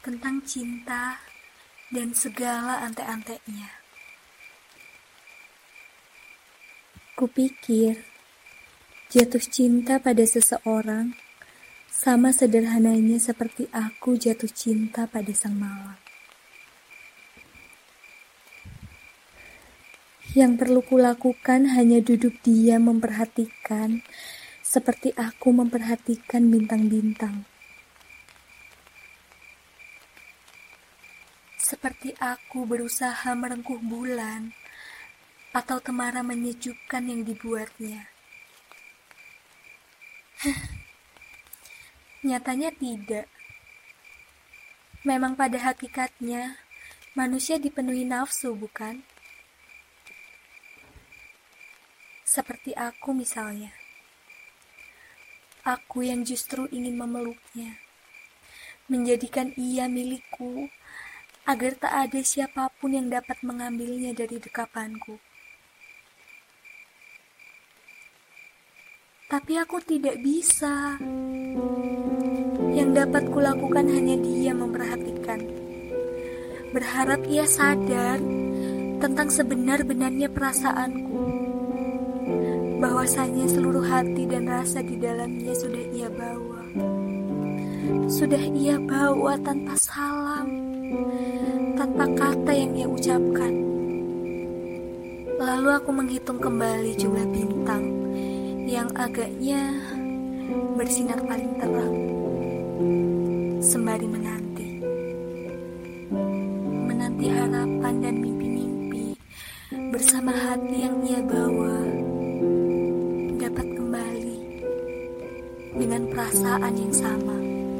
tentang cinta dan segala ante-antenya. Kupikir jatuh cinta pada seseorang sama sederhananya seperti aku jatuh cinta pada sang malam. Yang perlu kulakukan hanya duduk diam memperhatikan, seperti aku memperhatikan bintang-bintang. Seperti aku berusaha merengkuh bulan, atau temara menyejukkan yang dibuatnya. Nyatanya tidak. Memang pada hakikatnya, manusia dipenuhi nafsu, bukan? Seperti aku misalnya. Aku yang justru ingin memeluknya, menjadikan ia milikku, agar tak ada siapapun yang dapat mengambilnya dari dekapanku. Tapi aku tidak bisa. Yang dapat kulakukan hanya dia memperhatikan. Berharap ia sadar tentang sebenar-benarnya perasaanku. Bahwasanya seluruh hati dan rasa di dalamnya sudah ia bawa. Sudah ia bawa tanpa salam, tanpa kata yang ia ucapkan. Lalu aku menghitung kembali jumlah bintang yang agaknya bersinar paling terang, sembari menanti harapan dan mimpi-mimpi bersama hati yang ia bawa dapat kembali dengan perasaan yang sama,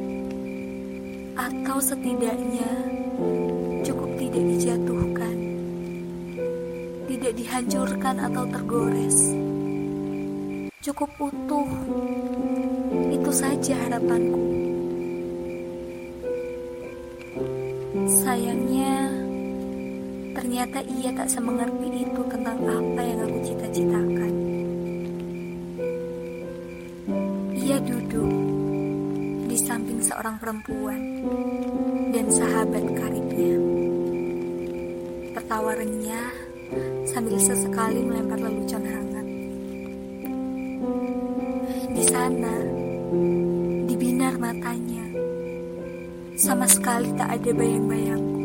atau setidaknya cukup tidak dijatuhkan, tidak dihancurkan atau tergores, cukup utuh. Itu saja harapanku. Sayangnya, ternyata ia tak semengerti itu tentang apa yang aku cita-citakan. Ia duduk di samping seorang perempuan dan sahabat karibnya. Tertawa renyah sambil sesekali melempar lelucon hangat. Di sana, di binar matanya, sama sekali tak ada bayang-bayangku.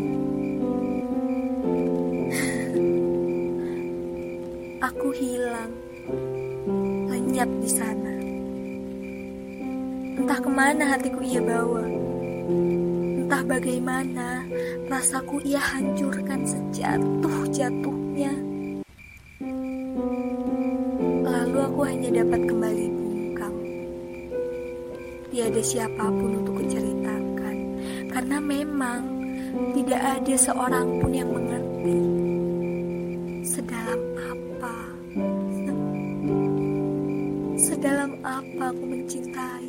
Aku hilang, lenyap di sana. Entah kemana hatiku ia bawa. Entah bagaimana rasaku ia hancurkan sejatuh-jatuhnya. Lalu aku hanya dapat kembali bungkam. Tiada siapapun untuk kuceritakan, karena memang tidak ada seorang pun yang mengerti sedalam apa aku mencintai.